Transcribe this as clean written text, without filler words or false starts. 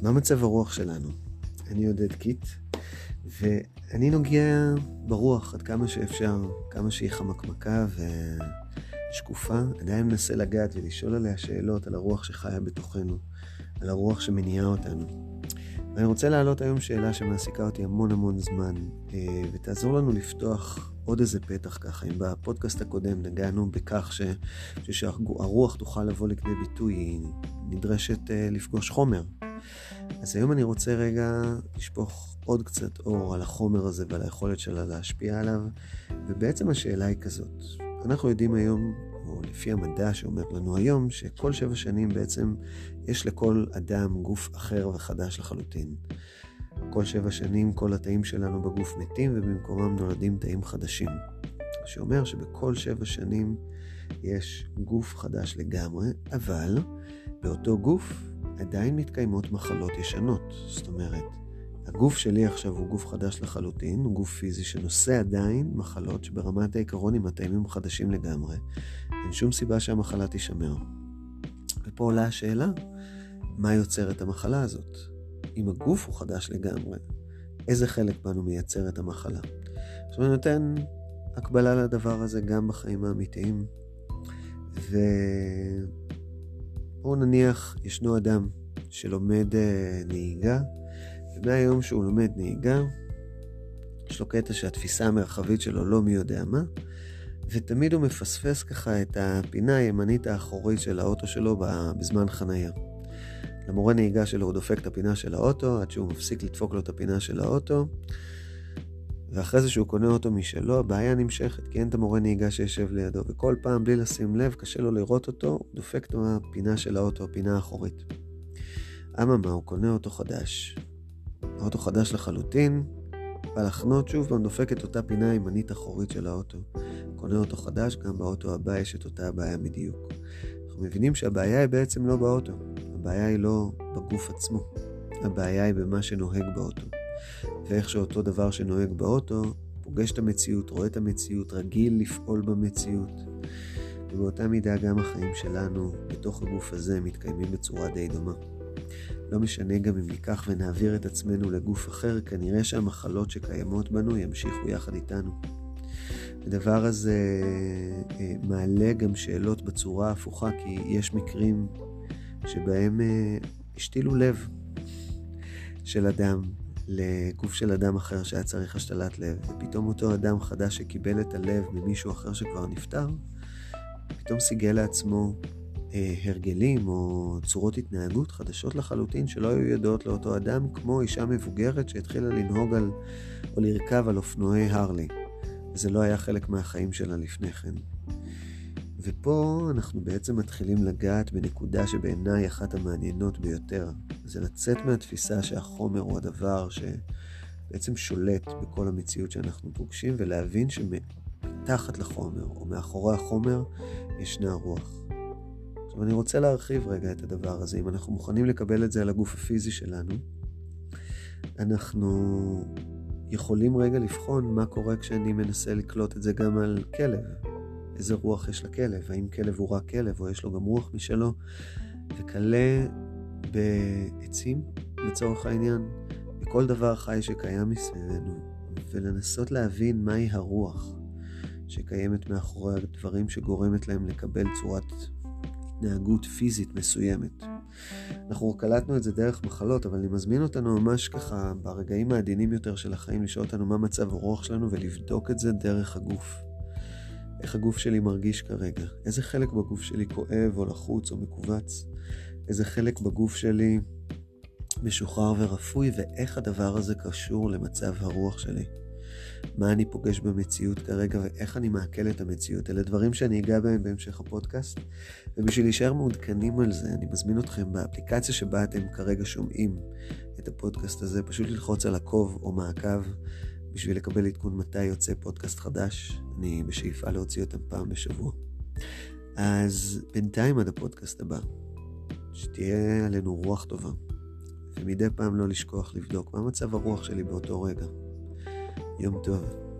מה מצב הרוח שלנו? אני עודד קיט, ואני נוגע ברוח עד כמה שאפשר, כמה שהיא חמקמקה ושקופה. עדיין מנסה לגעת ולשאול עליה שאלות על הרוח שחיה בתוכנו, על הרוח שמניעה אותנו. ואני רוצה להעלות היום שאלה שמעסיקה אותי המון זמן, ותעזור לנו לפתוח עוד איזה פתח ככה. אם בפודקאסט הקודם נגענו בכך שהרוח תוכל לבוא לכדי ביטוי, היא נדרשת לפגוש חומר. אז היום אני רוצה רגע לשפוך עוד קצת אור על החומר הזה ועל היכולת שלה להשפיע עליו. ובעצם השאלה היא כזאת. אנחנו יודעים היום, או לפי המדע שאומר לנו היום, שכל 7 שנים בעצם יש לכל אדם גוף אחר וחדש לחלוטין. כל 7 שנים כל התאים שלנו בגוף מתים ובמקומם נולדים תאים חדשים. שאומר שבכל 7 שנים יש גוף חדש לגמרי, אבל באותו גוף עדיין מתקיימות מחלות ישנות. זאת אומרת, הגוף שלי עכשיו הוא גוף חדש לחלוטין, הוא גוף פיזי שנושא עדיין מחלות שברמת העיקרון עם התאים הם חדשים לגמרי. אין שום סיבה שהמחלה תישמר. ופה עולה השאלה, מה יוצר את המחלה הזאת? אם הגוף הוא חדש לגמרי, איזה חלק בנו מייצר את המחלה? עכשיו אני נותן הקבלה לדבר הזה גם בחיים האמיתיים. ובואו נניח, ישנו אדם שלומד נהיגה, ומהיום שהוא לומד נהיגה, יש לו קטע שהתפיסה המרחבית שלו לא מי יודע מה, ותמיד הוא מפספס ככה את הפינה הימנית האחורית של האוטו שלו בזמן חנייה. למורה נהיגה שלו הוא דופק את הפינה של האוטו, עד שהוא מפסיק לדפוק לו את הפינה של האוטו, ואחרי זה שהוא קונה אותו משלו, הבעיה נמשכת, כי אין את המורה נהיגה שישב לידו, וכל פעם בלי לשים לב, קשה לו לראות אותו, הוא דופק את הפינה של האוטו, הפינה האחורית. אממה, הוא קונה אוטו חדש. האוטו חדש לחלוטין, בא לחנות שוב, והוא דופק את אותה פינה הימנית אחורית של האוטו. קונה אוטו חדש, גם באוטו הבא יש את אותה הבעיה בדיוק. אנחנו מבינים שהבעיה היא בעצם לא באוטו. הבעיה היא לא בגוף עצמו. הבעיה היא במה שנוהג באוטו. ואיך שאותו דבר שנוהג באוטו, פוגש את המציאות, רואה את המציאות, רגיל לפעול במציאות. ובאותה מידה גם החיים שלנו, בתוך הגוף הזה, מתקיימים בצורה די דומה. לא משנה גם אם ניקח ונעביר את עצמנו לגוף אחר, כנראה שהמחלות שקיימות בנו ימשיכו יחד איתנו. הדבר הזה מעלה גם שאלות בצורה הפוכה, כי יש מקרים שבהם השתילו לב של אדם לגוף של אדם אחר שהיה צריך השתלת לב, ופתאום אותו אדם חדש שקיבל את הלב ממישהו אחר שכבר נפטר, פתאום סיגל לעצמו הרגלים או צורות התנהגות חדשות לחלוטין שלא היו ידעות לאותו אדם, כמו אישה מבוגרת שהתחילה לנהוג או לרכב על אופנועי הרלי. וזה לא היה חלק מהחיים שלה לפני כן. ופה אנחנו בעצם מתחילים לגעת בנקודה שבעיניי אחת המעניינות ביותר. זה לצאת מהתפיסה שהחומר הוא הדבר שבעצם שולט בכל המציאות שאנחנו פוגשים, ולהבין שמתחת לחומר או מאחורי החומר ישנה רוח. עכשיו אני רוצה להרחיב רגע את הדבר הזה. אם אנחנו מוכנים לקבל את זה על הגוף הפיזי שלנו, אנחנו יכולים רגע לבחון מה קורה כשאני מנסה לקלוט את זה גם על כלב. איזה רוח יש לכלב? האם כלב הוא רק כלב או יש לו גם רוח משלו? וכלה בעצים לצורך העניין, בכל דבר חי שקיים מסביבנו, ולנסות להבין מהי הרוח שקיימת מאחורי הדברים שגורמת להם לקבל צורת התנהגות פיזית מסוימת. אנחנו קלטנו את זה דרך מחלות, אבל אני מזמין אותנו ממש ככה ברגעים העדינים יותר של החיים לשאול אותנו מה מצב הרוח שלנו ולבדוק את זה דרך הגוף. איך הגוף שלי מרגיש כרגע? איזה חלק בגוף שלי כואב או לחוץ או מקובץ? איזה חלק בגוף שלי משוחרר ורפוי, ואיך הדבר הזה קשור למצב הרוח שלי? מה אני פוגש במציאות כרגע ואיך אני מעכל את המציאות? אלה דברים שאני אגע בהם בהמשך הפודקאסט, ובשביל להישאר מעודכנים על זה, אני מזמין אתכם באפליקציה שבה אתם כרגע שומעים את הפודקאסט הזה, פשוט ללחוץ על עקוב או מעקב, בשביל לקבל עדכון מתי יוצא פודקאסט חדש. אני בשאיפה להוציא אותם פעם בשבוע. אז בינתיים עד הפודקאסט הבא, שתהיה עלינו רוח טובה, ומדי פעם לא לשכוח לבדוק מה מצב הרוח שלי באותו רגע. יום טוב.